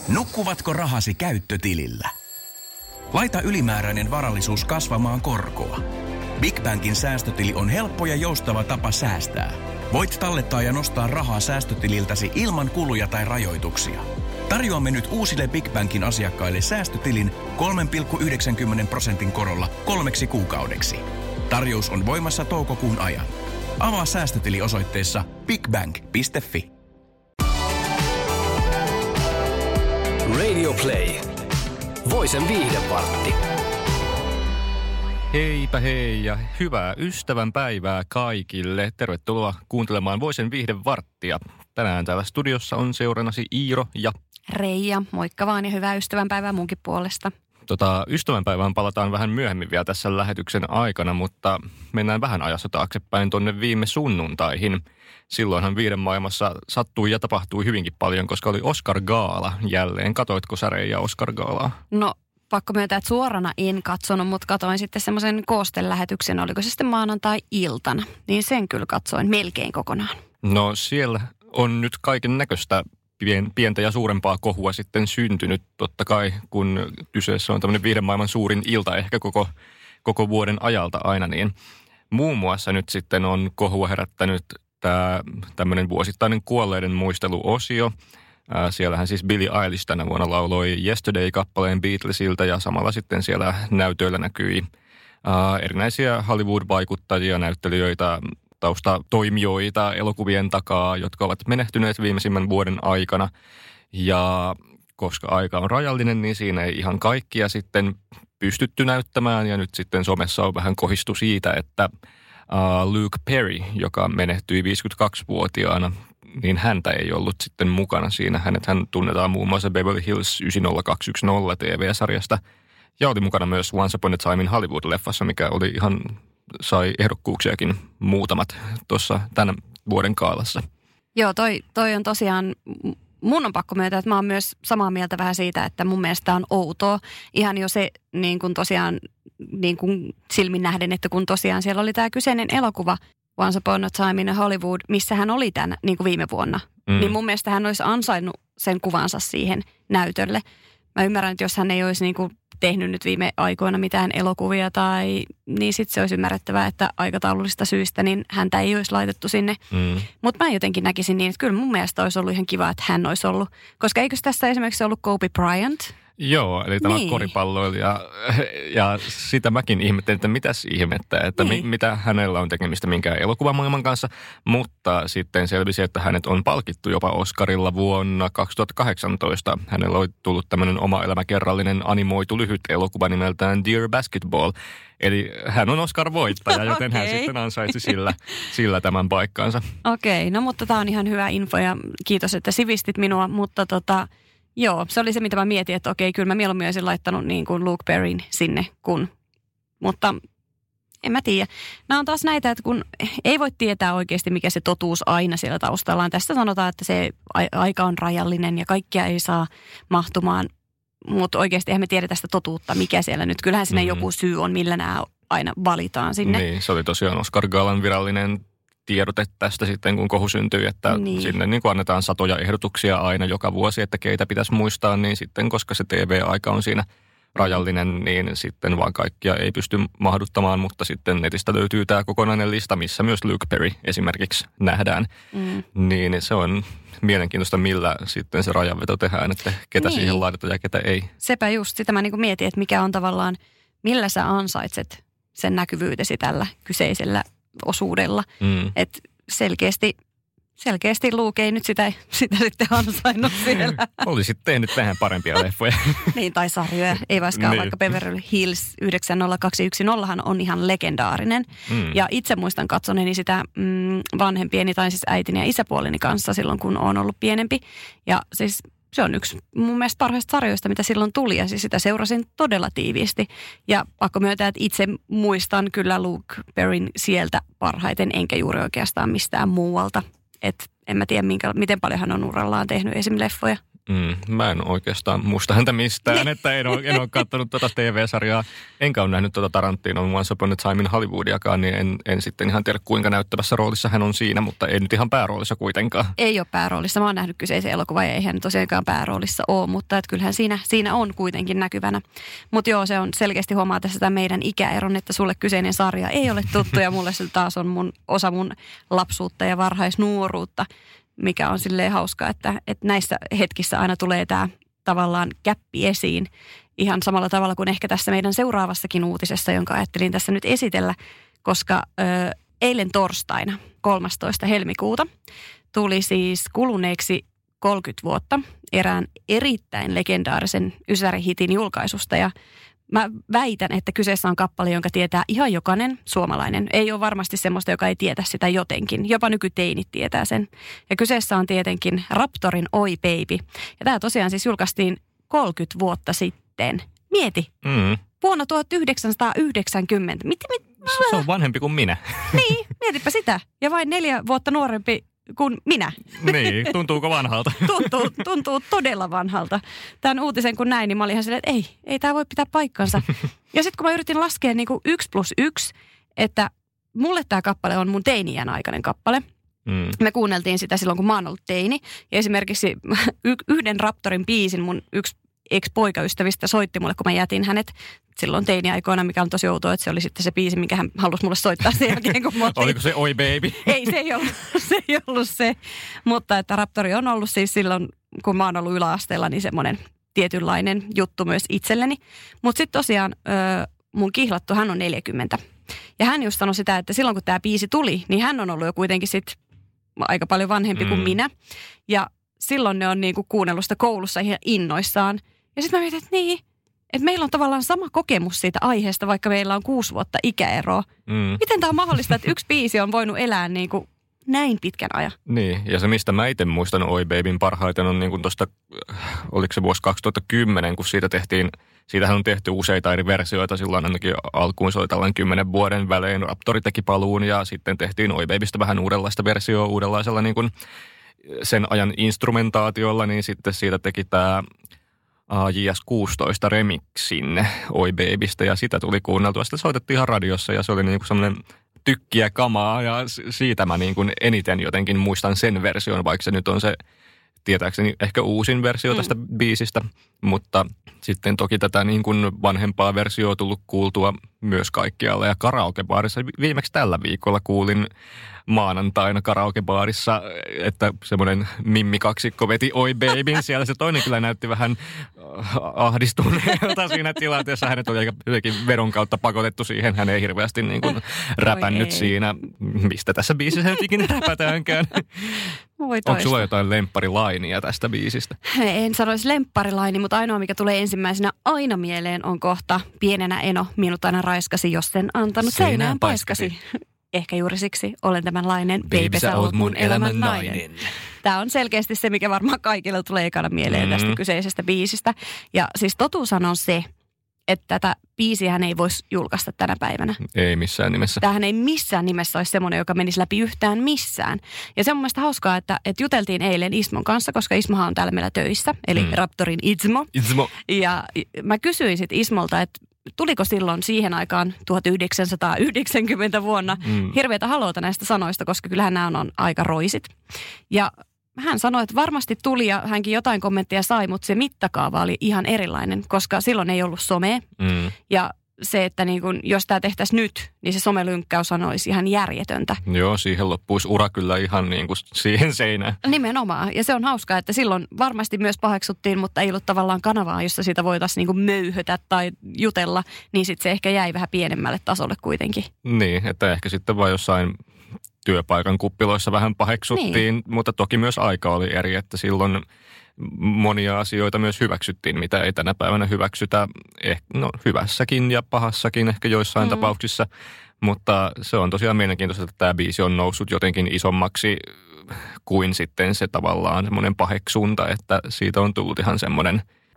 Nukkuvatko rahasi käyttötilillä? Laita ylimääräinen varallisuus kasvamaan korkoa. Big Bankin säästötili on helppo ja joustava tapa säästää. Voit tallettaa ja nostaa rahaa säästötililtäsi ilman kuluja tai rajoituksia. Tarjoamme nyt uusille Big Bankin asiakkaille säästötilin 3,90% korolla 3 kuukaudeksi. Tarjous on voimassa toukokuun ajan. Avaa säästötili osoitteessa bigbank.fi. Radio Play. Voisen viihdevartti. Heipä hei ja hyvää ystävänpäivää kaikille. Tervetuloa kuuntelemaan Voisen viihdevarttia. Tänään täällä studiossa on seurannasi Iiro ja Reija. Moikka vaan ja hyvää ystävänpäivää munkin puolesta. Ystävänpäivään palataan vähän myöhemmin vielä tässä lähetyksen aikana, mutta mennään vähän ajassa taaksepäin tonne viime sunnuntaihin. Silloinhan viiden maailmassa sattui ja tapahtui hyvinkin paljon, koska oli Oscar-gaala jälleen. Katoitko sä, Reija, Oscar-gaalaa? No, pakko myöntää, että suorana en katsonut, mutta katoin sitten semmoisen koostelähetyksen, oliko se sitten maanantai-iltana. Niin sen kyllä katsoin melkein kokonaan. No siellä on nyt kaiken näköistä pientä ja suurempaa kohua sitten syntynyt, totta kai, kun kyseessä on tämmöinen viiden maailman suurin ilta ehkä koko vuoden ajalta aina, niin muun muassa nyt sitten on kohua herättänyt tämä tämmöinen vuosittainen kuolleiden muisteluosio. Siellähän siis Billie Eilish tänä vuonna lauloi Yesterday-kappaleen Beatlesilta ja samalla sitten siellä näytöillä näkyi erinäisiä Hollywood-vaikuttajia, näyttelijöitä, taustatoimijoita elokuvien takaa, jotka ovat menehtyneet viimeisimmän vuoden aikana. Ja koska aika on rajallinen, niin siinä ei ihan kaikkia sitten pystytty näyttämään. Ja nyt sitten somessa on vähän kohistu siitä, että Luke Perry, joka menehtyi 52-vuotiaana, niin häntä ei ollut sitten mukana siinä. Hän tunnetaan muun muassa Beverly Hills 90210 TV-sarjasta. Ja oli mukana myös Once Upon a Time in Hollywood-leffassa, mikä oli ihan sai ehdokkuuksiakin muutamat tuossa tämän vuoden gaalassa. Joo, toi on tosiaan, mun on pakko myöntää, että mä oon myös samaa mieltä vähän siitä, että mun mielestä on outoa. Ihan jo se niin kuin tosiaan niin kuin silmin nähden, että kun tosiaan siellä oli tämä kyseinen elokuva Once Upon a Time in Hollywood, missä hän oli tämän niin kuin viime vuonna. Niin mun mielestä hän olisi ansainnut sen kuvansa siihen näytölle. Mä ymmärrän, että jos hän ei olisi niin kuin tehnyt nyt viime aikoina mitään elokuvia niin sitten se olisi ymmärrettävää, että aikataulullista syistä niin häntä ei olisi laitettu sinne. Mutta mä jotenkin näkisin niin, että kyllä mun mielestä olisi ollut ihan kiva, että hän olisi ollut. Koska eikös tässä esimerkiksi ollut Kobe Bryant? Joo, eli tämä koripalloilija. Ja sitä mäkin ihmettelin, että mitäs ihmettä, että mitä hänellä on tekemistä minkään elokuvamaailman kanssa. Mutta sitten selvisi, että hänet on palkittu jopa Oscarilla vuonna 2018. Hänellä oli tullut tämmöinen oma elämäkerrallinen animoitu lyhyt elokuva nimeltään Dear Basketball. Eli hän on Oscar-voittaja, joten hän sitten ansaitsi sillä tämän paikkaansa. Okei, no mutta tämä on ihan hyvä info ja kiitos, että sivistit minua, mutta joo, se oli se, mitä mä mietin, että okei, kyllä mä mieluummin olisin laittanut niin kuin Luke Perryn sinne, mutta en mä tiedä. Nämä on taas näitä, että kun ei voi tietää oikeasti, mikä se totuus aina siellä taustalla on. Tästä sanotaan, että se aika on rajallinen ja kaikkia ei saa mahtumaan, mutta oikeasti eihän me tiedä tästä totuutta, mikä siellä nyt. Kyllähän siinä joku syy on, millä nämä aina valitaan sinne. Niin, se oli tosiaan Oscar-galan virallinen tiedote tästä sitten, kun kohu syntyi, että sinne niin kuin annetaan satoja ehdotuksia aina joka vuosi, että keitä pitäisi muistaa, niin sitten koska se TV-aika on siinä rajallinen, niin sitten vaan kaikkia ei pysty mahduttamaan, mutta sitten netistä löytyy tämä kokonainen lista, missä myös Luke Perry esimerkiksi nähdään. Niin se on mielenkiintoista, millä sitten se rajanveto tehdään, että ketä siihen laitetaan ja ketä ei. Sepä just, sitä mä niin kuin mietin, että mikä on tavallaan, millä sä ansaitset sen näkyvyytesi tällä kyseisellä osuudella. Että selkeästi Luke ei nyt sitä sitten ansainnut siellä. Olisit tehnyt vähän parempia leffoja. Niin, tai sarjoja. Ei vaikka vaikka Beverly Hills 90210 on ihan legendaarinen. Ja itse muistan katsoneeni sitä vanhempieni, tai siis äitini ja isäpuoleni kanssa silloin, kun olen ollut pienempi. Ja siis se on yksi mun mielestä parhaista sarjoista, mitä silloin tuli, ja siis sitä seurasin todella tiiviisti. Ja pakko myöntää, että itse muistan kyllä Luke Perryn sieltä parhaiten, enkä juuri oikeastaan mistään muualta. Että en mä tiedä, miten paljon hän on urallaan tehnyt esim. Leffoja. Mä en oikeastaan muista häntä mistään, että en ole katsonut tuota TV-sarjaa. Enkä ole nähnyt tuota Tarantinon Once Upon a Time in Hollywoodiakaan, niin en sitten ihan tiedä kuinka näyttävässä roolissa hän on siinä, mutta ei nyt ihan pääroolissa kuitenkaan. Ei ole pääroolissa. Mä oon nähnyt kyseisen elokuvan ja ei hän tosiaankaan pääroolissa ole, mutta että kyllähän siinä on kuitenkin näkyvänä. Mutta joo, se on selkeästi huomaa tässä tämän meidän ikäeron, että sulle kyseinen sarja ei ole tuttu ja mulle se taas on osa mun lapsuutta ja varhaisnuoruutta, mikä on silleen hauskaa, että näissä hetkissä aina tulee tämä tavallaan käppi esiin ihan samalla tavalla kuin ehkä tässä meidän seuraavassakin uutisessa, jonka ajattelin tässä nyt esitellä, koska eilen torstaina 13. helmikuuta tuli siis kuluneeksi 30 vuotta erään erittäin legendaarisen ysärihitin julkaisusta ja mä väitän, että kyseessä on kappale, jonka tietää ihan jokainen suomalainen. Ei ole varmasti semmoista, joka ei tietä sitä jotenkin. Jopa nykyteinit tietää sen. Ja kyseessä on tietenkin Raptorin Oi Baby. Ja tämä tosiaan siis julkaistiin 30 vuotta sitten. Mieti. Vuonna 1990. Se on vanhempi kuin minä. Niin, mietipä sitä. Ja vain 4 vuotta nuorempi kuin minä. Niin, tuntuuko vanhalta? Tuntuu todella vanhalta. Tämän uutisen kun näin, niin mä olin ihan silleen, että ei tämä voi pitää paikkansa. Ja sitten kun mä yritin laskea niin kuin 1+1, että mulle tämä kappale on mun teini-iän aikainen kappale. Me kuunneltiin sitä silloin, kun mä oon ollut teini. Ja esimerkiksi yhden Raptorin biisin mun yksi ex-poikaystävistä soitti mulle, kun mä jätin hänet silloin teini-aikoina, mikä on tosi outoa, että se oli sitten se biisi, minkä hän halusi mulle soittaa sen jälkeen, kun Oliko se Oi Baby? Ei, se ei ollut se. Mutta että Raptori on ollut siis silloin, kun mä oon ollut yläasteella, niin semmoinen tietynlainen juttu myös itselleni. Mutta sitten tosiaan mun kihlattu, hän on 40. Ja hän just sanoi sitä, että silloin kun tämä biisi tuli, niin hän on ollut jo kuitenkin sitten aika paljon vanhempi kuin minä. Ja silloin ne on niinku kuunnellut sitä koulussa ihan innoissaan. Ja sitten mä mietin, että niin, että meillä on tavallaan sama kokemus siitä aiheesta, vaikka meillä on 6 vuotta ikäeroa. Miten tämä on mahdollista, että yksi biisi on voinut elää niinku näin pitkän ajan? Niin, ja se mistä mä itse muistan Oi Babyn parhaiten on niin kuin tuosta, oliko se vuosi 2010, kun siitähän on tehty useita eri versioita. Silloin ainakin alkuun se oli tällainen 10 vuoden välein. Raptori teki paluun ja sitten tehtiin Oi Babystä vähän uudenlaista versioa, uudenlaisella niin kuin sen ajan instrumentaatiolla, niin sitten siitä teki tämä JS16 remixin Oi Babystä ja sitä tuli kuunneltua. Sitten soitettiin ihan radiossa ja se oli niinku semmoinen tykkiä kamaa ja siitä mä niin kuin eniten jotenkin muistan sen version, vaikka se nyt on se tietääkseni ehkä uusin versio tästä biisistä, mutta sitten toki tätä niin kuin vanhempaa versioa tullut kuultua myös kaikkialla ja karaokebaarissa. Viimeksi tällä viikolla kuulin maanantaina karaokebaarissa, että semmoinen mimmikaksikko veti Oi Babyn. Siellä se toinen kyllä näytti vähän ahdistuneelta siinä tilanteessa. Hänet oli jotenkin vedon kautta pakotettu siihen. Hän ei hirveästi niin kuin räpännyt siinä, mistä tässä biisissä nyt ikinä räpätäänkään. Onko sulla jotain lempparilainia tästä biisistä? En sanoisi lempparilaini, mutta ainoa mikä tulee ensimmäisenä aina mieleen on kohta pienenä eno, minut aina raiskasi, jos sen antanut seinään paiskasi. Ehkä juuri siksi olen tämänlainen. Baby, sä oot mun elämän nainen. Tämä on selkeästi se, mikä varmaan kaikille tulee ekana mieleen tästä kyseisestä biisistä. Ja siis totuushan on se, että tätä biisiähän ei voisi julkaista tänä päivänä. Ei missään nimessä. Tämähän ei missään nimessä olisi semmoinen, joka menisi läpi yhtään missään. Ja se on mun mielestä hauskaa, että juteltiin eilen Ismon kanssa, koska Ismohan on täällä meillä töissä, eli Raptorin Ismo. Ja mä kysyin sitten Ismolta, että tuliko silloin siihen aikaan 1990 vuonna hirveätä haloota näistä sanoista, koska kyllähän nämä on aika roisit. Ja hän sanoi, että varmasti tuli ja hänkin jotain kommentteja sai, mutta se mittakaava oli ihan erilainen, koska silloin ei ollut somea. Ja se, että niin kun, jos tämä tehtäisiin nyt, niin se somelynkkäys olisi ihan järjetöntä. Joo, siihen loppuisi ura kyllä ihan niin kuin siihen seinään. Nimenomaan. Ja se on hauskaa, että silloin varmasti myös paheksuttiin, mutta ei ollut tavallaan kanavaa, jossa siitä voitaisiin niin kuin möyhötä tai jutella, niin sitten se ehkä jäi vähän pienemmälle tasolle kuitenkin. Niin, että ehkä sitten vaan jossain työpaikan kuppiloissa vähän paheksuttiin, mutta toki myös aika oli eri, että silloin monia asioita myös hyväksyttiin, mitä ei tänä päivänä hyväksytä, no hyvässäkin ja pahassakin ehkä joissain tapauksissa, mutta se on tosiaan mielenkiintoista, että tämä biisi on noussut jotenkin isommaksi kuin sitten se tavallaan semmoinen paheksunta, että siitä on tullut ihan semmoinen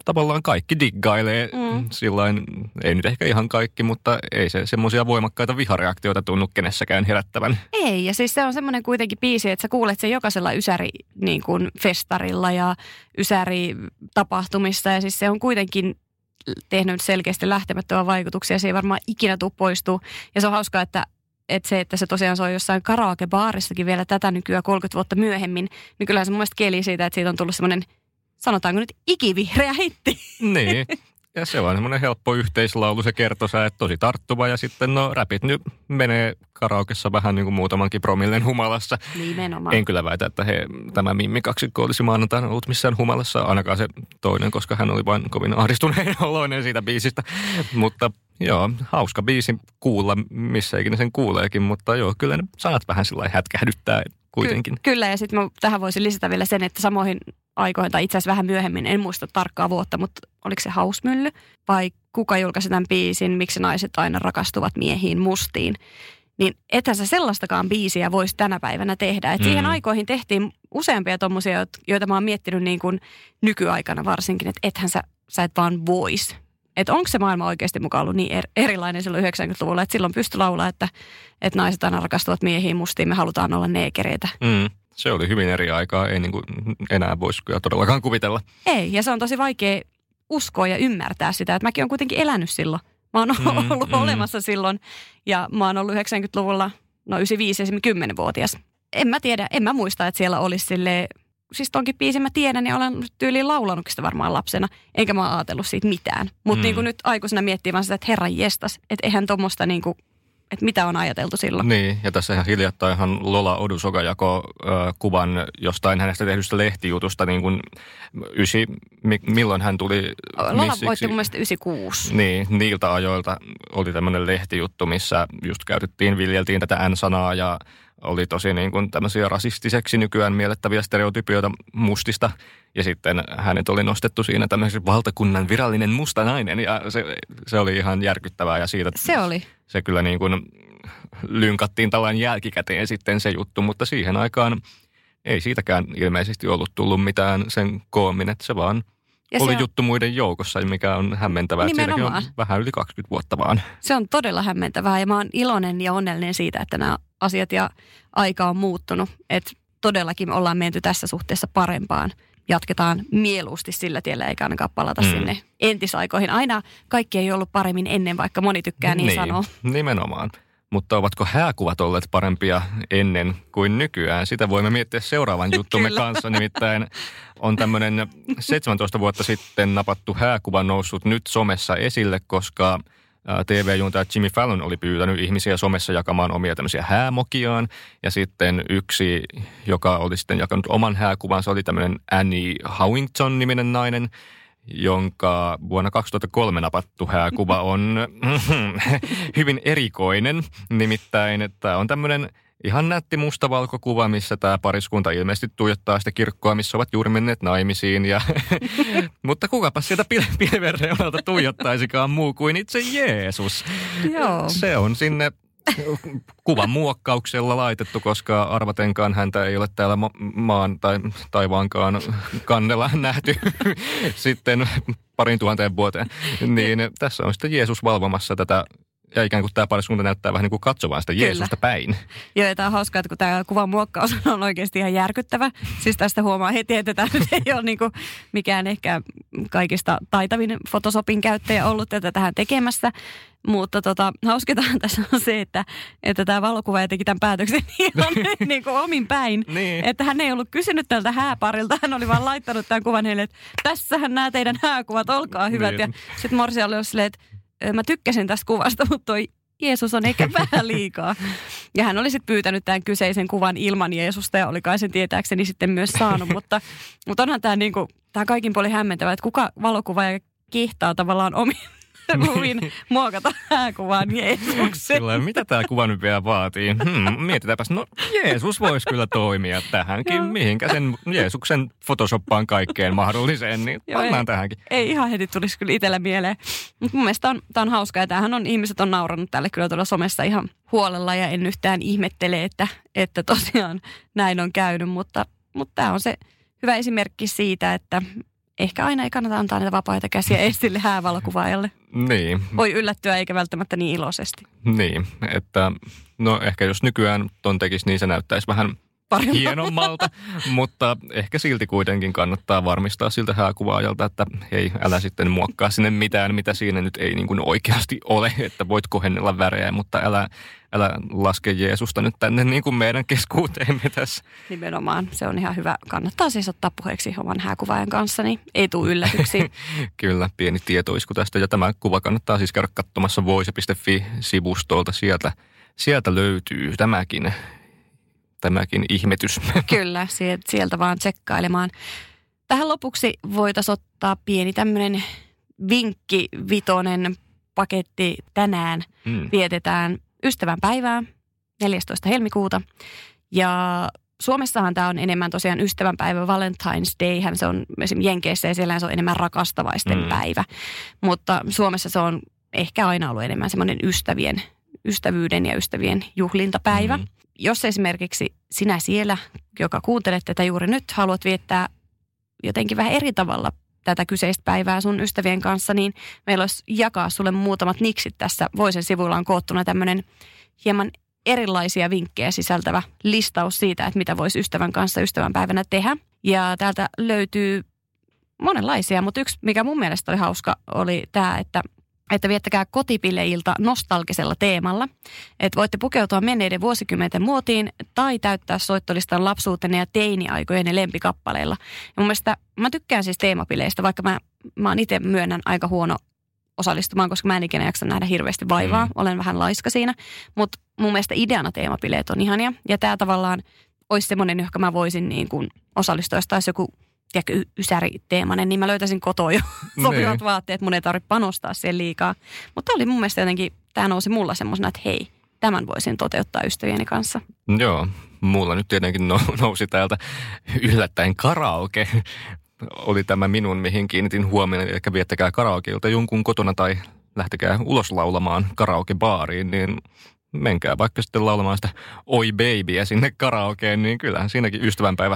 tavallaan kaikki diggailee sillain, ei nyt ehkä ihan kaikki, mutta ei se semmoisia voimakkaita vihareaktioita tunnu kenessäkään herättävän. Ei, ja siis se on semmoinen kuitenkin biisi, että sä kuulet sen jokaisella ysäri niin kuin festarilla ja ysäri tapahtumissa, ja siis se on kuitenkin tehnyt selkeästi lähtemättömän vaikutuksia, se ei varmaan ikinä tule poistua, ja se on hauskaa, että se tosiaan soi jossain karaokebaarissakin vielä tätä nykyään 30 vuotta myöhemmin, niin kyllähän se mun mielestä kieli siitä, että siitä on tullut semmoinen, sanotaanko nyt ikivihreä hitti. Niin, ja se on semmoinen helppo yhteislaulu, se kertosää, että tosi tarttuva, ja sitten räpit nyt menee karaokessa vähän niin kuin muutamankin promillen humalassa. Nimenomaan. En kyllä väitä, että tämä Mimmi-kaksikko olisi maanantaina ollut missään humalassa, ainakaan se toinen, koska hän oli vain kovin ahdistuneen oloinen siitä biisistä. Mutta joo, hauska biisi kuulla, missä ikinä sen kuuleekin, mutta joo, kyllä ne sanat vähän sillä lailla hätkähdyttää kuitenkin. Kyllä, ja sitten tähän voisin lisätä vielä sen, että samoihin aikoihin, tai itse asiassa vähän myöhemmin, en muista tarkkaa vuotta, mutta oliko se Hausmylly vai kuka julkaisi tämän biisin, miksi naiset aina rakastuvat miehiin mustiin, niin ethän sä sellaistakaan biisiä voisi tänä päivänä tehdä. Et siihen aikoihin tehtiin useampia tommosia, joita mä oon miettinyt niin kuin nykyaikana varsinkin, että ethän sä et vaan vois. Että onko se maailma oikeasti mukaan ollut niin erilainen silloin 90-luvulla, että silloin pystyi laulaa, että naiset aina rakastuvat miehiin mustiin, me halutaan olla neekereitä. Se oli hyvin eri aikaa, ei niin kuin enää voisi kyllä todellakaan kuvitella. Ei, ja se on tosi vaikea uskoa ja ymmärtää sitä, että mäkin olen kuitenkin elänyt silloin. Mä oon ollut olemassa silloin, ja mä oon ollut 90-luvulla, 95 esimerkiksi 10-vuotias. En mä tiedä, en mä muista, että siellä olisi silleen, siis tonkin biisin mä tiedän ja olen tyyliin laulanut sitä varmaan lapsena, enkä mä oon ajatellut siitä mitään. Mutta niin kuin nyt aikuisena miettii vaan sitä, että herran jestas, että eihän tommoista niin kuin, että mitä on ajateltu silloin. Niin, ja tässä ihan hiljattainhan Lola Odusoga jakoi kuvan jostain hänestä tehdystä lehtijutusta, niin kuin milloin hän tuli Lola voitti mun mielestä 96. Niin, niiltä ajoilta oli tämmöinen lehtijuttu, missä just viljeltiin tätä N-sanaa ja oli tosi niin kuin tämmöisiä rasistiseksi nykyään miellettäviä stereotypioita mustista. Ja sitten hänet oli nostettu siinä tämmöisen valtakunnan virallinen musta nainen. Ja se oli ihan järkyttävää. Ja siitä se oli. Se kyllä niin kuin lynkattiin tällainen jälkikäteen sitten se juttu. Mutta siihen aikaan ei siitäkään ilmeisesti tullut mitään sen koommin. Että se vaan oli juttu muiden joukossa, mikä on hämmentävää. Että siitäkin on vähän yli 20 vuotta vaan. Se on todella hämmentävää ja mä oon iloinen ja onnellinen siitä, että nämä asiat ja aika on muuttunut. Että todellakin ollaan menty tässä suhteessa parempaan. Jatketaan mieluusti sillä tiellä, eikä ainakaan palata sinne entisaikoihin. Aina kaikki ei ollut paremmin ennen, vaikka moni tykkää niin sanoa. Nimenomaan. Mutta ovatko hääkuvat olleet parempia ennen kuin nykyään? Sitä voimme miettiä seuraavan juttumme kanssa. Nimittäin on tämmöinen 17 vuotta sitten napattu hääkuva noussut nyt somessa esille, koska TV-juontaja Jimmy Fallon oli pyytänyt ihmisiä somessa jakamaan omia tämmöisiä häämokiaan. Ja sitten yksi, joka oli sitten jakanut oman hääkuvansa, oli tämmöinen Annie Howington-niminen nainen, jonka vuonna 2003 napattu hääkuva on hyvin erikoinen. Nimittäin tämä on tämmöinen ihan nätti mustavalkokuva, missä tämä pariskunta ilmeisesti tuijottaa sitä kirkkoa, missä ovat juuri menneet naimisiin. Mutta kukapa sieltä pilven reunalta tuijottaisikaan muu kuin itse Jeesus. Joo. Se on sinne kuvan muokkauksella laitettu, koska arvatenkaan häntä ei ole täällä maan tai taivaankaan kannella nähty sitten 2000 vuoteen. Niin tässä on sitten Jeesus valvomassa tätä. Ja ikään kuin tämä pariskunta näyttää vähän niin kuin katsomaan sitä Jeesusta päin. Joo, ja tämä on hauskaa, että kun tämä kuvan muokkaus on oikeasti ihan järkyttävä. Siis tästä huomaa heti, että tämä nyt ei ole niin kuin mikään ehkä kaikista taitavin Photoshopin käyttäjä ollut tätä tähän tekemässä. Mutta hauskintahan tässä on se, että tämä valokuva teki tämän päätöksen ihan niin kuin omin päin. Niin. Että hän ei ollut kysynyt tältä hääparilta, hän oli vaan laittanut tämän kuvan heille, että tässähän nämä teidän hääkuvat, olkaa hyvät. Niin. Ja sitten Morsi oli silleen, että mä tykkäsin tästä kuvasta, mutta toi Jeesus on ehkä vähän liikaa. Ja hän oli sitten pyytänyt tämän kyseisen kuvan ilman Jeesusta ja oli kai sen tietääkseni sitten myös saanut. Mutta onhan tämä niinku, kaikin puolin hämmentävä, että kuka valokuvaaja kehtaa tavallaan omin luvin muokata hääkuvaan Jeesuksen. Sillä mitä tämä kuva nyt vielä vaatii? Mietitäänpäs, no Jeesus voisi kyllä toimia tähänkin. Mihinkä sen Jeesuksen photoshoppaan kaikkeen mahdolliseen, niin pannaan tähänkin. Ei ihan heti tulisi kyllä itsellä mieleen. Mutta mun mielestä tämä on hauskaa ja tämähän on, ihmiset on naurannut tälle kyllä tuolla somessa ihan huolella ja en yhtään ihmettele, että tosiaan näin on käynyt. Mutta tämä on se hyvä esimerkki siitä, että ehkä aina ei kannata antaa niitä vapaita käsiä edes sille häävalokuvaajalle. Niin. Voi yllättyä eikä välttämättä niin iloisesti. Niin, että no ehkä jos nykyään ton tekisi, niin se näyttäisi vähän hienommalta, mutta ehkä silti kuitenkin kannattaa varmistaa siltä hääkuvaajalta, että hei, älä sitten muokkaa sinne mitään, mitä siinä nyt ei niin kuin oikeasti ole, että voit kohennella värejä, mutta älä laske Jeesusta nyt tänne niin kuin meidän keskuuteemme tässä. Nimenomaan, se on ihan hyvä. Kannattaa siis ottaa puheeksi oman hääkuvaajan kanssa, niin ei tule yllätyksiä. Kyllä, pieni tietoisku tästä, ja tämä kuva kannattaa siis käydä katsomassa voise.fi-sivustolta, sieltä löytyy tämäkin ihmetys. Kyllä, sieltä vaan tsekkailemaan. Tähän lopuksi voitaisiin ottaa pieni tämmöinen vinkkivitonen paketti. Tänään vietetään ystävänpäivää 14. helmikuuta. Ja Suomessahan tämä on enemmän tosiaan ystävänpäivä, Valentine's Day. Se on esimerkiksi Jenkeissä ja siellä se on enemmän rakastavaisten päivä. Mutta Suomessa se on ehkä aina ollut enemmän semmoinen ystävyyden ja ystävien juhlintapäivä. Jos esimerkiksi sinä siellä, joka kuuntelet tätä juuri nyt, haluat viettää jotenkin vähän eri tavalla tätä kyseistä päivää sun ystävien kanssa, niin meillä olisi jakaa sulle muutamat niksit tässä. Voisen sivuilla on koottuna tämmöinen hieman erilaisia vinkkejä sisältävä listaus siitä, että mitä voisi ystävän kanssa ystävänpäivänä tehdä. Ja täältä löytyy monenlaisia, mutta yksi, mikä mun mielestä oli hauska, oli tämä, että viettäkää kotipileilta nostalgisella teemalla. Että voitte pukeutua menneiden vuosikymmenten muotiin tai täyttää soittolistan lapsuutenne ja teiniaikojen lempikappaleilla. Ja mun mielestä mä tykkään siis teemapileistä, vaikka mä oon itse myönnän aika huono osallistumaan, koska mä en ikinä jaksa nähdä hirveästi vaivaa. Olen vähän laiska siinä, mutta mun mielestä ideana teemapileet on ihania. Ja tää tavallaan olisi semmoinen, johon mä voisin niin kuin osallistua, jos taisi joku ysäriteemainen, niin mä löytäisin kotoa jo sopivat vaatteet. Mun ei tarvitse panostaa siihen liikaa. Mutta oli mun mielestä jotenkin, tämä nousi mulla semmoisena, että hei, tämän voisin toteuttaa ystävieni kanssa. Joo, mulla nyt tietenkin nousi täältä yllättäen karaoke. Oli tämä minun, mihin kiinnitin huomioon, eli viettäkää karaokeilta jonkun kotona tai lähtekää ulos laulamaan karaokebaariin, niin menkää vaikka sitten laulamaan sitä Oi Babyä sinne karaokeen, niin kyllähän siinäkin ystävänpäivä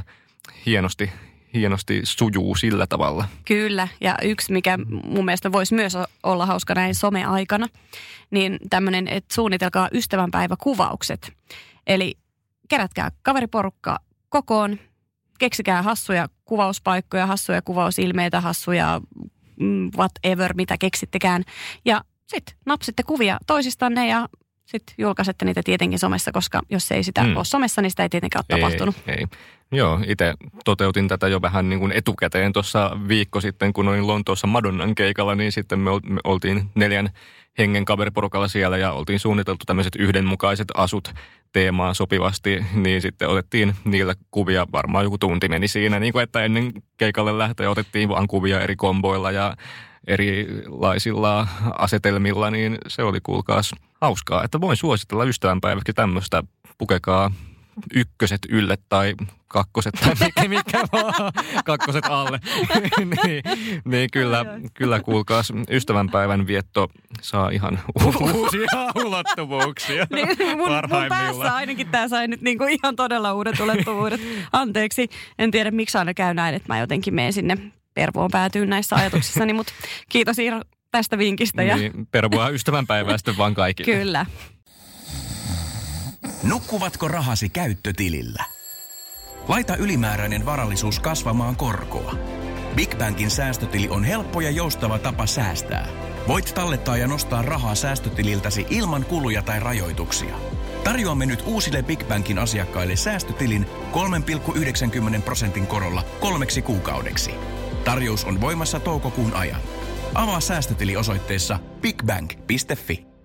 hienosti sujuu sillä tavalla. Kyllä, ja yksi, mikä mun mielestä voisi myös olla hauska näin someaikana, niin tämmöinen, että suunnitelkaa ystävänpäiväkuvaukset. Eli kerätkää kaveriporukka kokoon, keksikää hassuja kuvauspaikkoja, hassuja kuvausilmeitä, hassuja whatever, mitä keksittekään. Ja sitten napsitte kuvia toisistanne ja sitten julkaisette niitä tietenkin somessa, koska jos ei sitä ole somessa, niin sitä ei tietenkään ole tapahtunut. Ei. Joo, itse toteutin tätä jo vähän niin kuin etukäteen tuossa viikko sitten, kun olin Lontoossa Madonnan keikalla, niin sitten me oltiin 4 hengen kaveriporukalla siellä ja oltiin suunniteltu tämmöiset yhdenmukaiset asut teemaan sopivasti, niin sitten otettiin niillä kuvia, varmaan joku tunti meni siinä, niin kuin että ennen keikalle lähtöä otettiin vaan kuvia eri komboilla ja erilaisilla asetelmilla, niin se oli kuulkaas hauskaa, että voin suositella ystävänpäiväksi tämmöistä, pukekaa ykköset ylle tai kakkoset tai mikä vaan, kakkoset alle. niin kyllä kuulkaas, ystävänpäivän vietto saa ihan uusia ulottuvuuksia mun päässä ainakin tämä sai nyt niinku ihan todella uudet ulottuvuudet. Anteeksi, en tiedä miksi aina käy näin, että mä jotenkin menen sinne pervoon päätyyn näissä ajatuksissani, mutta kiitos Iiro tästä vinkistä. Niin, pervoa ystävänpäivää sitten vaan kaikille. Kyllä. Nukkuvatko rahasi käyttötilillä? Laita ylimääräinen varallisuus kasvamaan korkoa. Big Bankin säästötili on helppo ja joustava tapa säästää. Voit tallettaa ja nostaa rahaa säästötililtäsi ilman kuluja tai rajoituksia. Tarjoamme nyt uusille Big Bankin asiakkaille säästötilin 3,90% korolla 3 kuukaudeksi. Tarjous on voimassa toukokuun ajan. Avaa säästötili osoitteessa bigbank.fi.